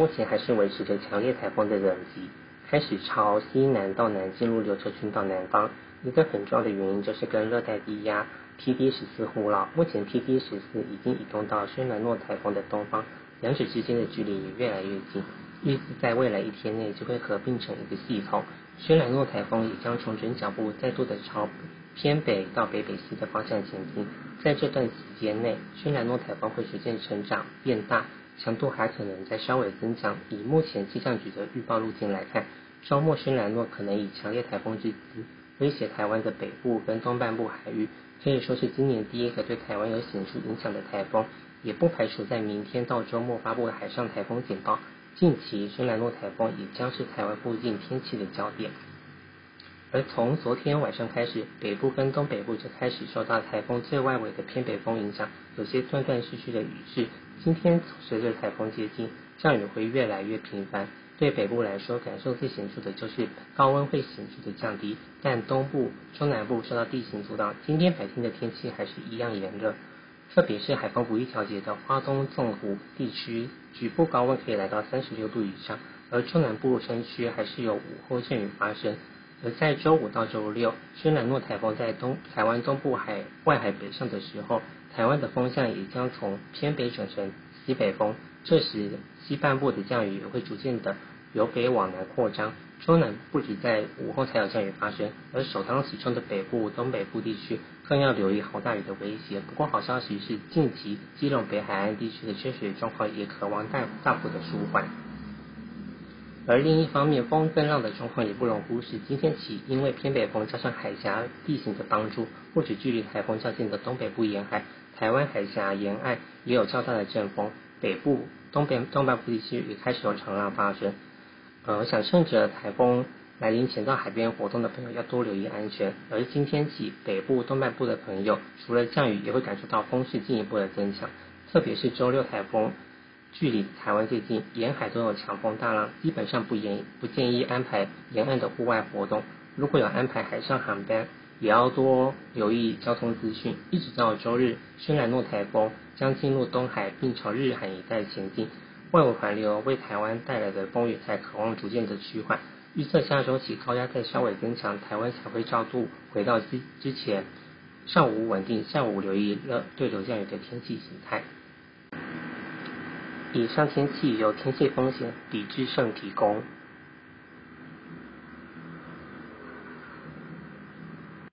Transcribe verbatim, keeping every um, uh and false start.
目前还是维持着强烈台风的等级，开始朝西南到南进入琉球群岛南方。一个很重要的原因就是跟热带低压 P D 十四 互绕，目前 P D 十四 已经移动到轩峦诺台风的东方，两者之间的距离也越来越近，预计在未来一天内就会合并成一个系统。轩峦诺台风也将重整脚步，再度的朝偏北到北北西的方向前进。在这段期间内，轩峦诺台风会逐渐成长变大，强度还可能再稍微增强。以目前气象局的预报路径来看，周末轩峦诺可能以强烈台风之姿威胁台湾的北部跟东半部海域，可以说是今年第一个对台湾有显著影响的台风，也不排除在明天到周末发布的海上台风警报。近期轩峦诺台风也将是台湾附近天气的焦点。而从昨天晚上开始，北部跟东北部就开始受到台风最外围的偏北风影响，有些断断续续的雨势。今天随着台风接近，降雨会越来越频繁。对北部来说，感受最显著的就是高温会显著的降低，但东部、中南部受到地形阻挡，今天白天的天气还是一样炎热。特别是海风不易调节的花东纵谷地区，局部高温可以来到三十六度以上，而中南部山区还是有午后阵雨发生。而在周五到周六，轩峦诺台风在东台湾东部海外海北上的时候，台湾的风向也将从偏北转成西北风，这时西半部的降雨也会逐渐的由北往南扩张。中南不止在午后才有降雨发生，而首当其冲的北部、东北部地区更要留意豪大雨的威胁。不过好消息是，近期基隆北海岸地区的缺水状况也渴望大大幅的舒缓。而另一方面，风跟浪的状况也不容忽视。今天起，因为偏北风加上海峡地形的帮助，不止距离台风较近的东北部沿海，台湾海峡沿岸也有较大的阵风，北部、东北东半部地区也开始有长浪发生。呃，想趁着台风来临前到海边活动的朋友要多留意安全。而今天起，北部、东半部的朋友除了降雨，也会感受到风势进一步的增强，特别是周六台风距离台湾最近，沿海都有强风大浪，基本上不建不建议安排沿岸的户外活动。如果有安排海上航班，也要多留意交通资讯。一直到周日，轩峦诺台风将进入东海，并朝日韩一带前进。外围环流为台湾带来的风雨才渴望逐渐的趋缓。预测下周起高压再稍微增强，台湾才会照度回到之之前上午稳定，下午留意热对流降雨的天气形态。以上天气由天气风险李志胜提供。